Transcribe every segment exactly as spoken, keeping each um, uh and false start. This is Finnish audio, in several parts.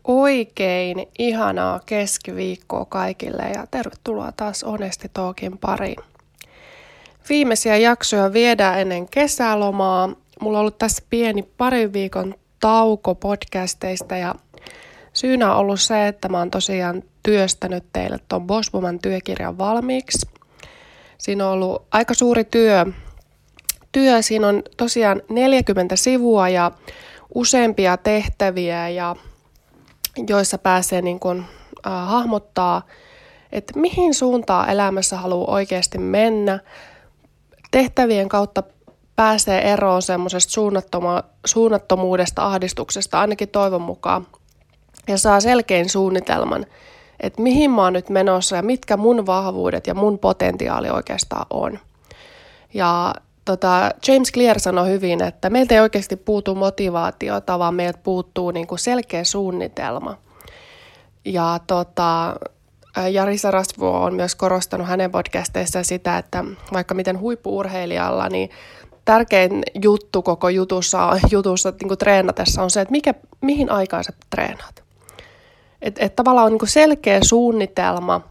Oikein ihanaa keskiviikkoa kaikille ja tervetuloa taas Honesti Talkin pariin. Viimeisiä jaksoja viedään ennen kesälomaa. Mulla on ollut tässä pieni parin viikon tauko podcasteista ja syynä on ollut se, että mä oon tosiaan työstänyt teille ton Boss Woman työkirjan valmiiksi. Siinä on ollut aika suuri työ. työ. Siinä on tosiaan neljäkymmentä sivua ja useampia tehtäviä ja joissa pääsee niin kuin, äh, hahmottaa, että mihin suuntaan elämässä haluaa oikeasti mennä. Tehtävien kautta pääsee eroon semmoisesta suunnattoma, suunnattomuudesta, ahdistuksesta, ainakin toivon mukaan. Ja saa selkeän suunnitelman, että mihin mä oon nyt menossa ja mitkä mun vahvuudet ja mun potentiaali oikeastaan on. Ja tota, James Clear sanoi hyvin, että meiltä ei oikeasti puutu motivaatiota, vaan meiltä puuttuu niinku selkeä suunnitelma. Ja tota, Jari Sarasvuo on myös korostanut hänen podcasteissaan sitä, että vaikka miten huippu-urheilijalla, niin tärkein juttu koko jutussa, jutussa niin kuin treenatessa on se, että mikä, mihin aikaan sä treenaat. Että et tavallaan on niin kuin selkeä suunnitelma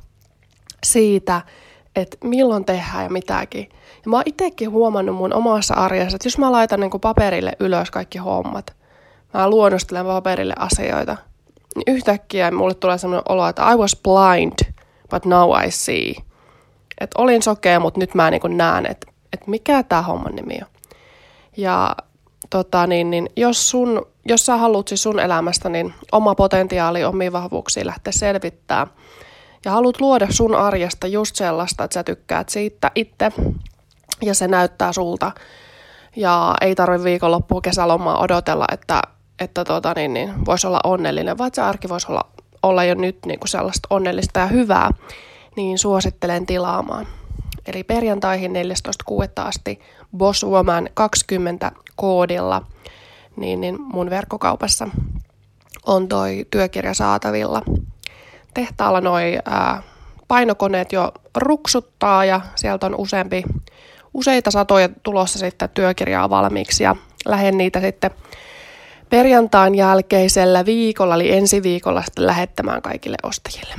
siitä, että milloin tehdään ja mitäkin. Ja mä oon itsekin huomannut mun omassa arjessa, että jos mä laitan niin kuin paperille ylös kaikki hommat, mä luonnostelen paperille asioita, niin yhtäkkiä mulle tulee sellainen olo, että I was blind, but now I see. Että olin sokea, mutta nyt mä niin kuin näen, että, että mikä tää homman nimi on. Ja tota, niin, niin, jos, sun, jos sä haluat siis sun elämästä, niin oma potentiaali, omia vahvuuksia lähteä selvittämään, ja haluat luoda sun arjesta just sellaista, että sä tykkäät siitä itse, ja se näyttää sulta, ja ei tarvitse viikonloppua kesälomaa odotella, että että tota, niin, niin, voisi olla onnellinen, vaan se arki voisi olla, olla jo nyt niin kuin sellaista onnellista ja hyvää, niin suosittelen tilaamaan. Eli perjantaihin neljästoista kuudetta asti Boss Woman kaksikymmentä koodilla, niin, niin mun verkkokaupassa on toi työkirja saatavilla. Tehtaalla noi ää, painokoneet jo ruksuttaa ja sieltä on useampi, useita satoja tulossa sitten työkirjaa valmiiksi ja lähden niitä sitten perjantain jälkeisellä viikolla, eli ensi viikolla sitten lähettämään kaikille ostajille.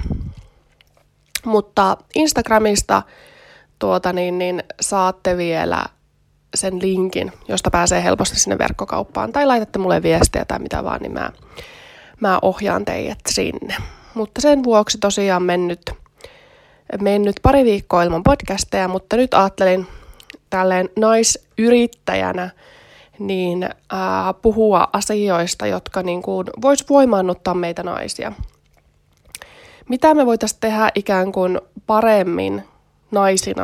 Mutta Instagramista tuota, niin, niin, saatte vielä sen linkin, josta pääsee helposti sinne verkkokauppaan. Tai laitatte mulle viestiä tai mitä vaan, niin mä, mä ohjaan teidät sinne. Mutta sen vuoksi tosiaan mennyt, mennyt pari viikkoa ilman podcasteja, mutta nyt ajattelin tälleen naisyrittäjänä, niin ää, puhua asioista, jotka niin kuin vois voimaannuttaa meitä naisia. Mitä me voitaisiin tehdä ikään kuin paremmin naisina,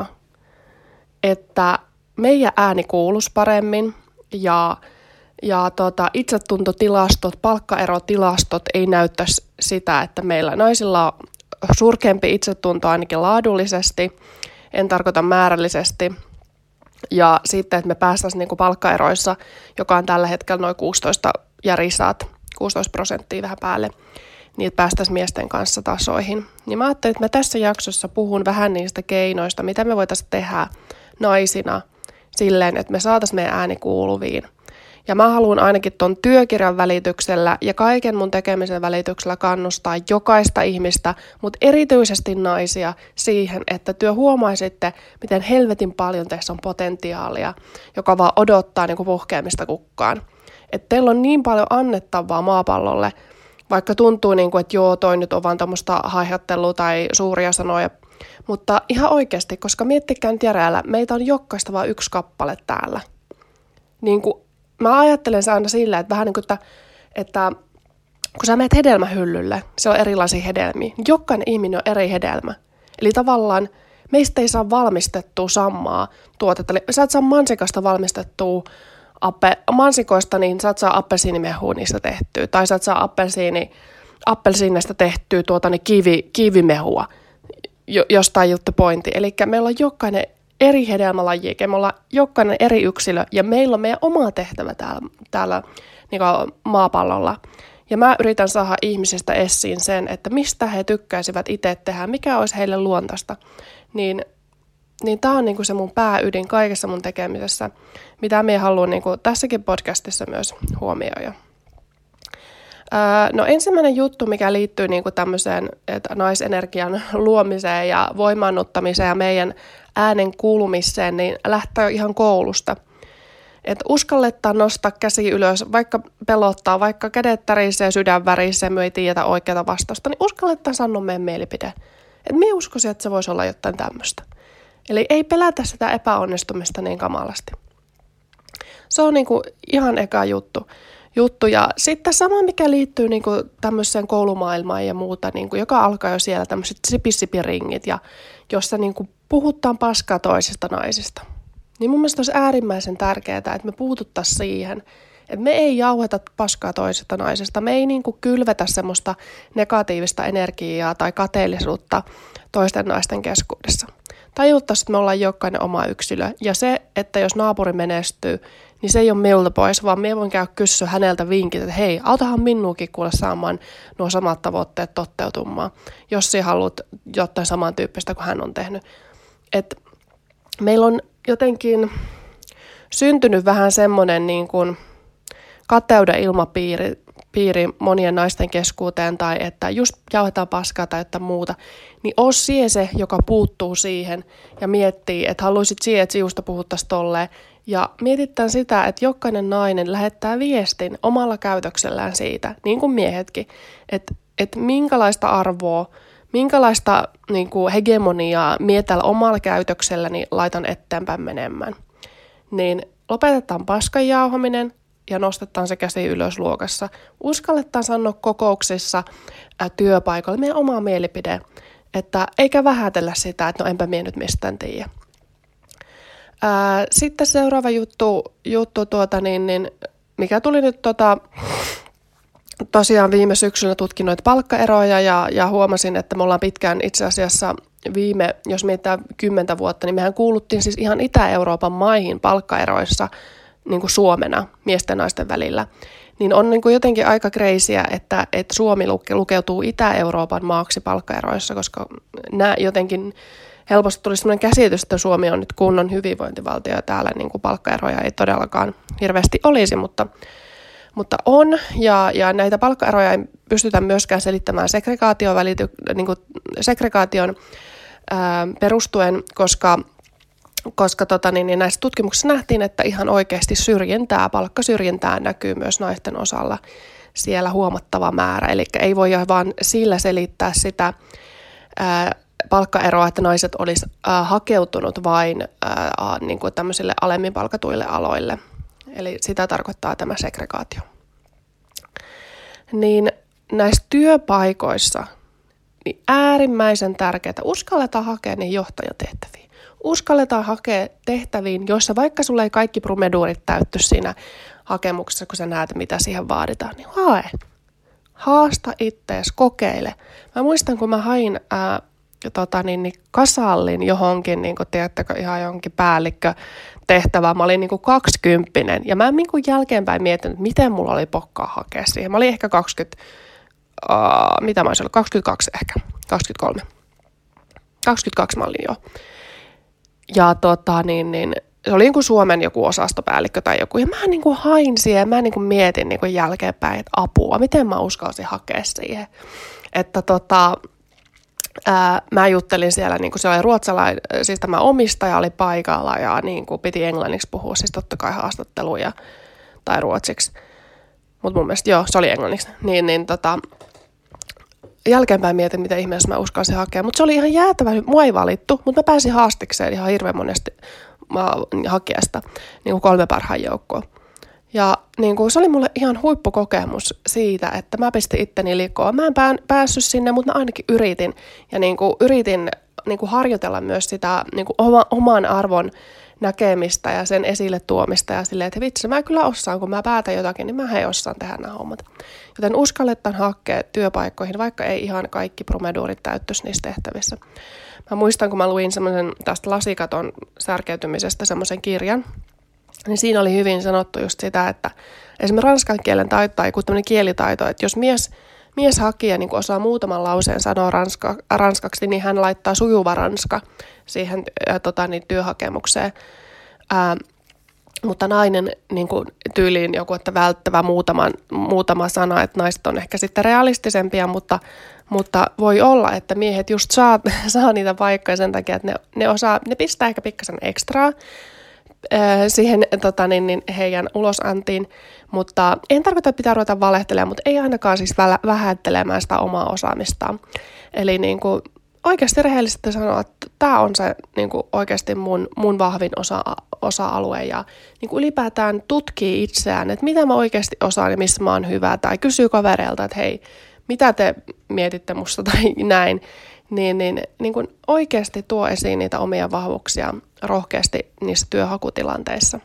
että meidän ääni kuuluisi paremmin ja, ja tota, itsetuntotilastot, palkkaerotilastot ei näyttäisi sitä, että meillä naisilla on surkeampi itsetunto ainakin laadullisesti, en tarkoita määrällisesti. Ja sitten, että me päästäisiin niin kuin palkkaeroissa, joka on tällä hetkellä noin kuusitoista järisaat, kuusitoista prosenttia vähän päälle, niin että päästäisiin miesten kanssa tasoihin. Niin mä ajattelin, että mä tässä jaksossa puhun vähän niistä keinoista, mitä me voitaisiin tehdä naisina silleen, että me saataisiin meidän ääni kuuluviin. Ja mä haluan ainakin ton työkirjan välityksellä ja kaiken mun tekemisen välityksellä kannustaa jokaista ihmistä, mutta erityisesti naisia siihen, että työ huomaisitte, miten helvetin paljon teissä on potentiaalia, joka vaan odottaa niin kuin puhkeamista kukkaan. Että teillä on niin paljon annettavaa maapallolle, vaikka tuntuu, niin kuin, että joo, toi nyt on vaan tämmöistä haihattelua tai suuria sanoja, mutta ihan oikeasti, koska miettikää nyt järjellä, meitä on jokaista vaan yksi kappale täällä. Niin kuin mä ajattelen se aina silleen, että vähän niin kuin, että, että kun sä menet hedelmähyllylle, se on erilaisia hedelmiä, niin jokainen ihminen on eri hedelmä. Eli tavallaan meistä ei saa valmistettua samaa tuotetta. Eli sä et saa mansikasta valmistettua appe, mansikoista, niin sä et saa appelsiinimehua niistä tehtyä. Tai sä et saa appelsiini, appelsiinista tehtyä tuota, niin kivi, kivimehua, jostain juttu pointti. Eli meillä on jokainen eri hedelmälajike, me ollaan jokainen eri yksilö ja meillä on meidän oma tehtävä täällä, täällä niin kuin maapallolla. Ja mä yritän saada ihmisistä esiin sen, että mistä he tykkäisivät itse tehdä, mikä olisi heille luontaista. Niin, niin tää on niin kuin se mun pääydin kaikessa mun tekemisessä, mitä minä haluan niin kuin tässäkin podcastissa myös huomioida. No ensimmäinen juttu, mikä liittyy niin kuin tämmöiseen että naisenergian luomiseen ja voimaannuttamiseen ja meidän äänen kuulumiseen, niin lähtee ihan koulusta. Että uskalletaan nostaa käsi ylös, vaikka pelottaa, vaikka kädet tärisee, sydän värisee, me ei tiedetä oikeaa vastausta, niin uskalletaan sanoa meidän mielipide. Että minä uskoisin, että se voisi olla jotain tämmöistä. Eli ei pelätä sitä epäonnistumista niin kamalasti. Se on niinku ihan eka juttu. juttu. Ja sitten sama, mikä liittyy niinku tämmöiseen koulumaailmaan ja muuta, niinku, joka alkaa jo siellä tämmöiset sipissipiringit, ja jossa niinku puhutaan paskaa toisista naisista. Niin mun mielestä olisi äärimmäisen tärkeää, että me puututtaisiin siihen, että me ei jauheta paskaa toisesta naisesta. Me ei niinku kylvetä semmoista negatiivista energiaa tai kateellisuutta toisten naisten keskuudessa. Tajuttaisiin, että me ollaan jokainen oma yksilö. Ja se, että jos naapuri menestyy, niin se ei ole miltä pois, vaan me voin käydä kysyä häneltä vinkit, että hei, autahan minuakin kuule saamaan nuo samat tavoitteet toteutumaan, jos sinä haluat jotain samantyyppistä kuin hän on tehnyt. Et meillä on jotenkin syntynyt vähän semmoinen niin kuin kateuden ilmapiiri piiri monien naisten keskuuteen, tai että just jauhetaan paskaa tai jotain muuta, niin oo sie se, joka puuttuu siihen ja miettii, että haluaisit siihen, että sinusta puhuttaisiin tolleen. Ja mietitään sitä, että jokainen nainen lähettää viestin omalla käytöksellään siitä, niin kuin miehetkin, että, että minkälaista arvoa, minkälaista niin kuin hegemoniaa mie tällä omalla käytökselläni laitan eteenpäin menemään. Niin lopetetaan paskan jauhaminen ja nostetaan se käsi ylös luokassa. Uskalletaan sanoa kokouksissa, ää, työpaikalla meidän oma mielipide, että eikä vähätellä sitä, että no enpä mie nyt mistään tiedä. Ää, sitten seuraava juttu, juttu tuota, niin, niin, mikä tuli nyt tota, tosiaan viime syksynä tutkin noita palkkaeroja ja, ja huomasin, että me ollaan pitkään itse asiassa viime, jos mietitään kymmentä vuotta, niin mehän kuuluttiin siis ihan Itä-Euroopan maihin palkkaeroissa niin kuin Suomena miesten ja naisten välillä. Niin on niin kuin jotenkin aika kreisiä, että, että Suomi lukeutuu Itä-Euroopan maaksi palkkaeroissa, koska nämä jotenkin helposti tuli sellainen käsitys, että Suomi on nyt kunnon hyvinvointivaltio ja täällä niin kuin palkkaeroja ei todellakaan hirveästi olisi, mutta, mutta on. Ja, ja näitä palkkaeroja ei pystytä myöskään selittämään segregaation, välity, niin kuin segregaation ää, perustuen, koska, koska tota, niin, niin näissä tutkimuksissa nähtiin, että ihan oikeasti syrjintää, palkkasyrjintää näkyy myös naisten osalla siellä huomattava määrä. Eli ei voi vaan sillä selittää sitä ää, palkkaeroa, että naiset olisi äh, hakeutunut vain äh, niin kuin tämmöisille alemmin palkatuille aloille. Eli sitä tarkoittaa tämä segregaatio. Niin näissä työpaikoissa niin äärimmäisen tärkeää, uskalletaan hakea niin johtajatehtäviin. Uskalletaan hakea tehtäviin, joissa vaikka sulla ei kaikki promeduurit täytty siinä hakemuksessa, kun sä näet, mitä siihen vaaditaan, niin hae. Haasta ittees, kokeile. Mä muistan, kun mä hain Äh, Tota, niin, niin kasallin johonkin, niin kuin, tiedättekö, ihan johonkin päällikkötehtävään. Mä olin niin kuin kaksikymppinen ja mä en niin kuin jälkeenpäin miettinyt, miten mulla oli pokkaa hakea siihen. Mä olin ehkä kaksikymmentä, uh, mitä mä olisin ollut, kaksikymmentäkaksi ehkä, kaksikymmentäkolme. kaksikymmentäkaksi mä olin jo. Ja tota, niin, niin, se oli niin kuin Suomen joku osastopäällikkö tai joku. Ja mä niin kuin hain siihen, mä niin kuin mietin niin kuin jälkeenpäin, että apua, miten mä uskalsin hakea siihen. Että tota... Ää, mä juttelin siellä, niin kuin se oli ruotsalainen, siis tämä omistaja oli paikalla ja niin kuin piti englanniksi puhua, siis totta kai haastatteluja tai ruotsiksi. Mutta mun mielestä joo, se oli englanniksi. Niin, niin tota, jälkeenpäin mietin, miten ihmeessä mä uskalsin hakea. Mutta se oli ihan jäätävä, mua ei valittu, mutta mä pääsin haastikseen ihan hirveän monesti hakiasta, niin kuin kolme parhaan joukkoa. Ja niin kuin, se oli mulle ihan huippukokemus siitä, että mä pistin itteni likoon. Mä en pää, päässyt sinne, mutta mä ainakin yritin. Ja niin kuin, yritin niin kuin harjoitella myös sitä niin kuin oma, oman arvon näkemistä ja sen esille tuomista. Ja silleen, että vitsi, mä kyllä osaan, kun mä päätän jotakin, niin mä hei osaan tehdä nämä hommat. Joten uskalletaan hakea työpaikkoihin, vaikka ei ihan kaikki promeduurit täyttyisi niissä tehtävissä. Mä muistan, kun mä luin semmoisen tästä lasikaton särkeytymisestä semmoisen kirjan, niin siinä oli hyvin sanottu just sitä, että esimerkiksi ranskan kielen taito tai joku tämmöinen kielitaito, että jos mies, mies hakija niin osaa muutaman lauseen sanoa ranska, ranskaksi, niin hän laittaa sujuva ranska siihen ää, tota, niin, työhakemukseen. Ää, Mutta nainen niin kuin tyyliin joku, että välttävä muutama, muutama sana, että naiset on ehkä sitten realistisempia, mutta, mutta voi olla, että miehet just saa, saa niitä paikkoja sen takia, että ne, ne, osaa, ne pistää ehkä pikkasen ekstraa siihen tota, niin, niin heidän ulosantiin, mutta en tarkoita, että pitää ruveta valehtelemaan, mutta ei ainakaan siis vähättelemään sitä omaa osaamistaan. Eli niin kuin, oikeasti rehellisesti sanoa, että tämä on se niin kuin oikeasti mun, mun vahvin osa, osa-alue ja niin kuin ylipäätään tutkii itseään, että mitä mä oikeasti osaan ja missä mä oon hyvä, tai kysyy kavereilta, että hei, mitä te mietitte musta tai näin, niin, niin, niin kuin oikeasti tuo esiin niitä omia vahvuuksia rohkeasti niissä työhakutilanteissa.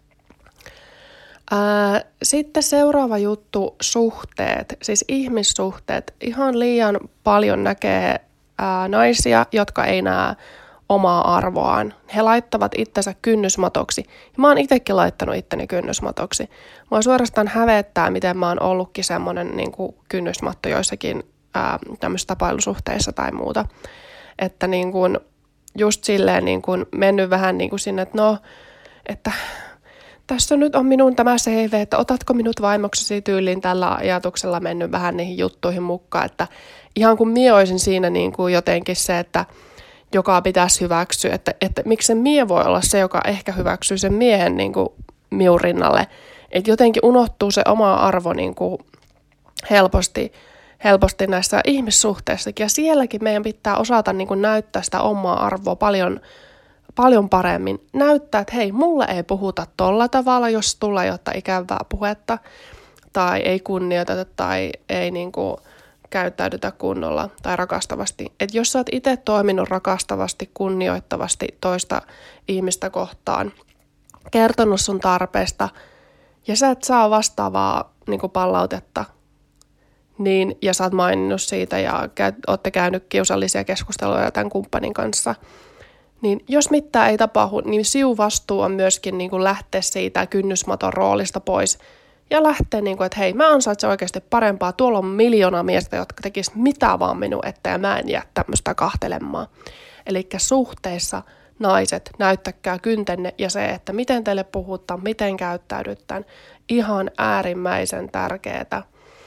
Ää, sitten seuraava juttu, suhteet, siis ihmissuhteet. Ihan liian paljon näkee ää, naisia, jotka ei näe omaa arvoaan. He laittavat itsensä kynnysmatoksi. Ja mä oon itsekin laittanut itteni kynnysmatoksi. Mua suorastaan hävettää, miten mä oon ollutkin semmoinen niin kuin kynnysmatto joissakin ää, tämmöisissä tapailusuhteissa tai muuta. Että niin kuin, just silleen niin kuin mennyt vähän niin kuin sinne, että no, että tässä nyt on minun tämä C V, että otatko minut vaimoksesi tyyliin tällä ajatuksella mennyt vähän niihin juttuihin mukaan, että ihan kun mie olisin siinä niin kuin jotenkin se, että joka pitäisi hyväksyä, että, että miksi se mie voi olla se, joka ehkä hyväksyy sen miehen niin kuin miun rinnalle, että jotenkin unohtuu se oma arvo niin kuin helposti, helposti näissä ihmissuhteissakin ja sielläkin meidän pitää osata niin kuin näyttää sitä omaa arvoa paljon paljon paremmin. Näyttää, että hei, mulle ei puhuta tolla tavalla, jos tulee jotain ikävää puhetta tai ei kunnioiteta tai ei niinku käyttäydytä kunnolla tai rakastavasti. Et jos sä oot itse toiminut rakastavasti, kunnioittavasti toista ihmistä kohtaan, kertonut sun tarpeesta ja sä et saa vastaavaa niinku palautetta, niin, ja sä oot maininnut siitä ja käy, ootte käynyt kiusallisia keskusteluja tämän kumppanin kanssa, niin jos mitään ei tapahdu, niin siun vastuu on myöskin niin kuin lähteä siitä kynnysmaton roolista pois ja lähteä, niin kuin, että hei, mä ansaitsen oikeasti parempaa. Tuolla on miljoona miestä, jotka tekis mitä vaan minun eteen ja mä en jää tämmöistä kahtelemaan. Eli suhteissa naiset, näyttäkää kyntenne ja se, että miten teille puhutaan, miten käyttäydytään, ihan äärimmäisen tärkeää.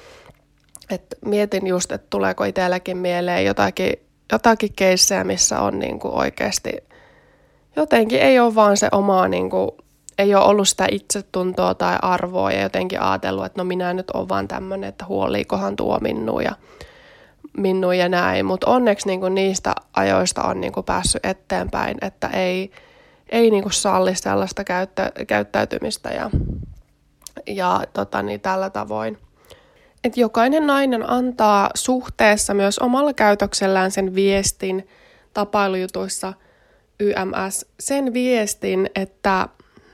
Et mietin just, että tuleeko itselläkin mieleen jotakin jotakin keissejä, missä on niin kuin oikeasti jotenkin ei ole vaan se oma, niin kuin, ei ole ollut sitä itsetuntoa tai arvoa ja jotenkin ajatellut, että no minä nyt olen vaan tämmöinen, että huoliikohan tuo minua ja, minua ja näin. Mutta onneksi niin kuin niistä ajoista on niin kuin päässyt eteenpäin, että ei, ei niin kuin salli sellaista käyttä, käyttäytymistä ja, ja tota, niin tällä tavoin. Että jokainen nainen antaa suhteessa myös omalla käytöksellään sen viestin tapailujutuissa Y M S, sen viestin, että,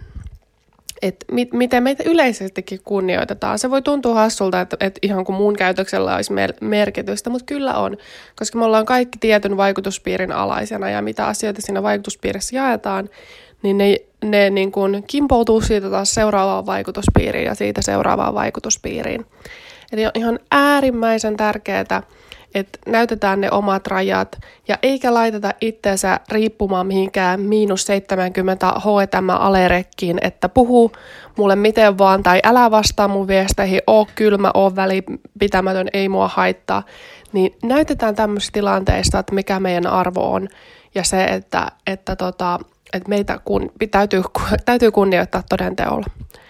että mit, miten meitä yleisestikin kunnioitetaan. Se voi tuntua hassulta, että, että ihan kuin mun käytöksellä olisi merkitystä, mutta kyllä on, koska me ollaan kaikki tietyn vaikutuspiirin alaisena ja mitä asioita siinä vaikutuspiirissä jaetaan, niin ne, ne niin kuin kimpoutuu siitä taas seuraavaan vaikutuspiiriin ja siitä seuraavaan vaikutuspiiriin. Eli on ihan äärimmäisen tärkeää, että näytetään ne omat rajat ja eikä laiteta itseensä riippumaan mihinkään miinus seitsemänkymmentä H T M-alerekkiin, että puhu mulle miten vaan tai älä vastaa mun viesteihin, oo kylmä, oo välipitämätön, ei mua haittaa. Niin näytetään tämmöisissä tilanteissa, että mikä meidän arvo on ja se, että, että, tota, että meitä kun, täytyy, täytyy kunnioittaa todenteolla.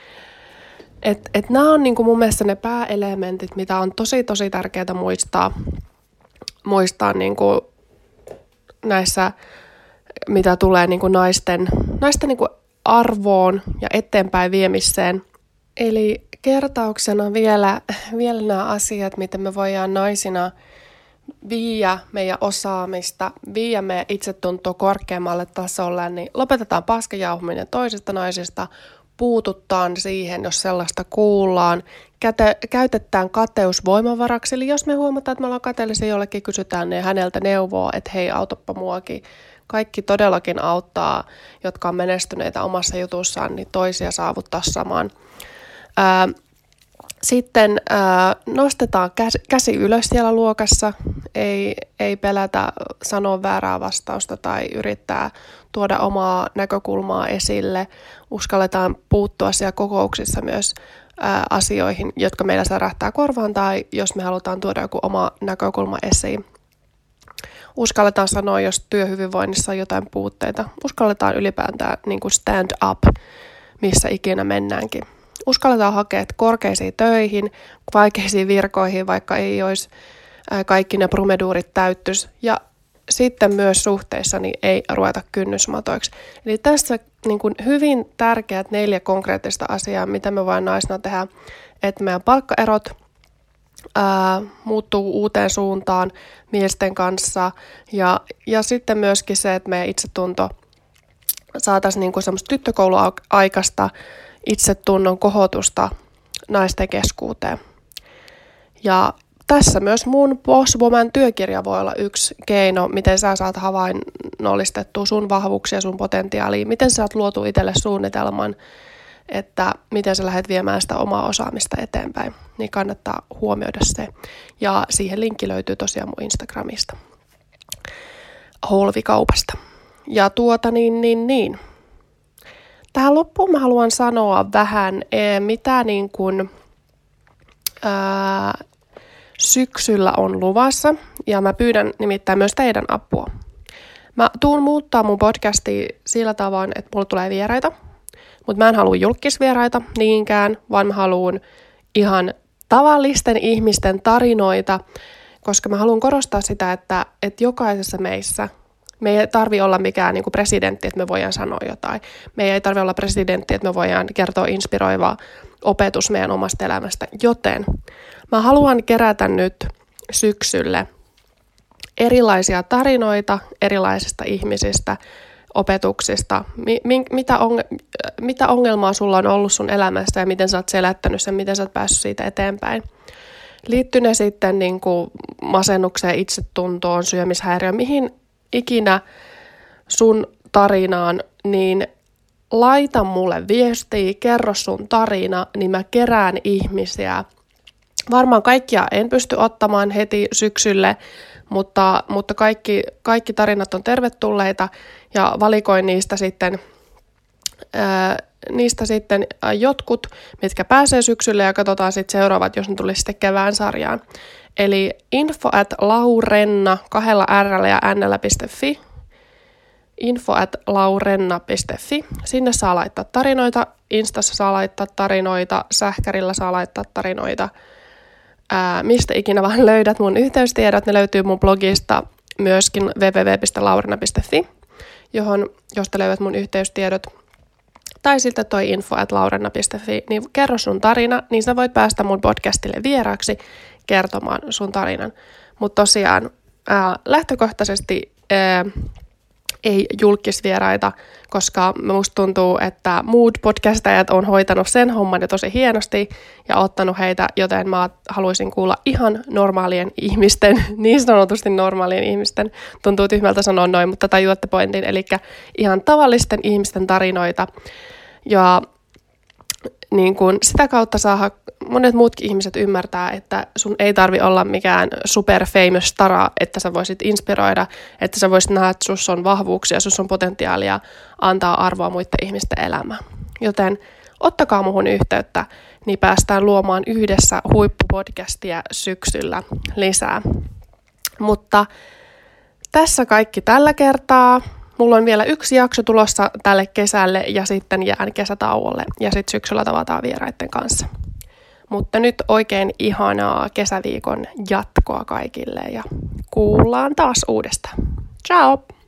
Että et nämä on niinku mun mielestä ne pääelementit, mitä on tosi tosi tärkeää muistaa, muistaa niinku näissä, mitä tulee niinku naisten, naisten niinku arvoon ja eteenpäin viemiseen. Eli kertauksena vielä, vielä nämä asiat, miten me voidaan naisina viiä meidän osaamista, viiä meidän itsetuntoa korkeammalle tasolle, niin lopetetaan paskajauhuminen toisista naisista, puututaan siihen, jos sellaista kuullaan. Käte, käytetään kateus voimavaraksi, eli jos me huomataan, että me ollaan kateellisia jollekin, kysytään ne häneltä neuvoa, että hei, autoppa muakin. Kaikki todellakin auttaa, jotka on menestyneitä omassa jutussaan, niin toisia saavuttaa samaan. Ää, Sitten ää, nostetaan käsi, käsi ylös siellä luokassa, ei, ei pelätä sanoa väärää vastausta tai yrittää tuoda omaa näkökulmaa esille. Uskalletaan puuttua siellä kokouksissa myös ää, asioihin, jotka meillä särähtää korvaan tai jos me halutaan tuoda joku oma näkökulma esiin. Uskalletaan sanoa, jos työhyvinvoinnissa on jotain puutteita. Uskalletaan ylipäätään niin kuin stand up, missä ikinä mennäänkin. Uskalletaan hakea korkeisiin töihin, vaikeisiin virkoihin, vaikka ei olisi kaikki ne promeduurit täyttys. Ja sitten myös suhteissa niin ei ruveta kynnysmatoiksi. Eli tässä niin kuin hyvin tärkeät neljä konkreettista asiaa, mitä me voidaan naisena tehdä, että meidän palkkaerot ää, muuttuu uuteen suuntaan miesten kanssa. Ja, ja sitten myöskin se, että meidän itsetunto saataisiin niin kuin semmoista tyttökouluaikaista itsetunnon kohotusta naisten keskuuteen. Ja tässä myös mun Boss Woman -työkirja voi olla yksi keino, miten sä saat havainnollistettua sun vahvuuksia, sun potentiaalia, miten sä saat luotu itselle suunnitelman, että miten sä lähdet viemään sitä omaa osaamista eteenpäin. Niin kannattaa huomioida se. Ja siihen linkki löytyy tosiaan mun Instagramista, Holvi-kaupasta. Ja tuota niin, niin, niin. Tähän loppuun mä haluan sanoa vähän, mitä niin kuin, ää, syksyllä on luvassa, ja mä pyydän nimittäin myös teidän apua. Mä tuun muuttaa mun podcastia sillä tavoin, että mulla tulee vieraita, mutta mä en halua julkisvieraita niinkään, vaan mä haluan ihan tavallisten ihmisten tarinoita, koska mä haluan korostaa sitä, että, että jokaisessa meissä me ei tarvitse olla mikään niin kuin presidentti, että me voidaan sanoa jotain. Me ei tarvitse olla presidentti, että me voidaan kertoa inspiroivaa opetus meidän omasta elämästä. Joten mä haluan kerätä nyt syksylle erilaisia tarinoita erilaisista ihmisistä, opetuksista, mi- mi- mitä, on- mitä ongelmaa sulla on ollut sun elämässä ja miten sä oot selättänyt sen, miten sä oot päässyt siitä eteenpäin. Liittyy ne sitten niin kuin masennukseen, itsetuntoon, syömishäiriöön, mihin ikinä sun tarinaan, niin laita mulle viestiä, kerro sun tarina, niin mä kerään ihmisiä. Varmaan kaikkia en pysty ottamaan heti syksylle, mutta, mutta kaikki, kaikki tarinat on tervetulleita ja valikoin niistä sitten, ää, niistä sitten jotkut, mitkä pääsee syksylle ja katsotaan sitten seuraavat, jos ne tulisi sitten kevään sarjaan. Eli info at laurenna, kahdella r:llä ja n:llä piste fi, info at laurenna piste fi. Sinne saa laittaa tarinoita, Instassa saa laittaa tarinoita, sähkärillä saa laittaa tarinoita. Ää, mistä ikinä vaan löydät mun yhteystiedot, ne löytyy mun blogista myöskin double-u double-u double-u piste laurenna piste fi, johon, josta löydät mun yhteystiedot. Tai sitten toi info at laurenna piste fi, niin kerro sun tarina, niin sä voit päästä mun podcastille vieraaksi kertomaan sun tarinan. Mutta tosiaan ää, lähtökohtaisesti ää, ei julkisvieraita, koska musta tuntuu, että muut podcastajat on hoitanut sen homman jo tosi hienosti ja ottanut heitä, joten mä haluaisin kuulla ihan normaalien ihmisten, niin sanotusti normaalien ihmisten, tuntuu tyhmältä sanoa noin, mutta tajuatte pointin, eli ihan tavallisten ihmisten tarinoita. Ja niin kun sitä kautta saa monet muutkin ihmiset ymmärtää, että sun ei tarvi olla mikään super famous stara, että sä voisit inspiroida, että sä voisit nähdä, että sus on vahvuuksia, sus on potentiaalia antaa arvoa muiden ihmisten elämään. Joten ottakaa muhun yhteyttä, niin päästään luomaan yhdessä huippupodcastia syksyllä lisää. Mutta tässä kaikki tällä kertaa. Mulla on vielä yksi jakso tulossa tälle kesälle ja sitten jään kesätauolle ja sitten syksyllä tavataan vieraiden kanssa. Mutta nyt oikein ihanaa kesäviikon jatkoa kaikille ja kuullaan taas uudestaan. Ciao!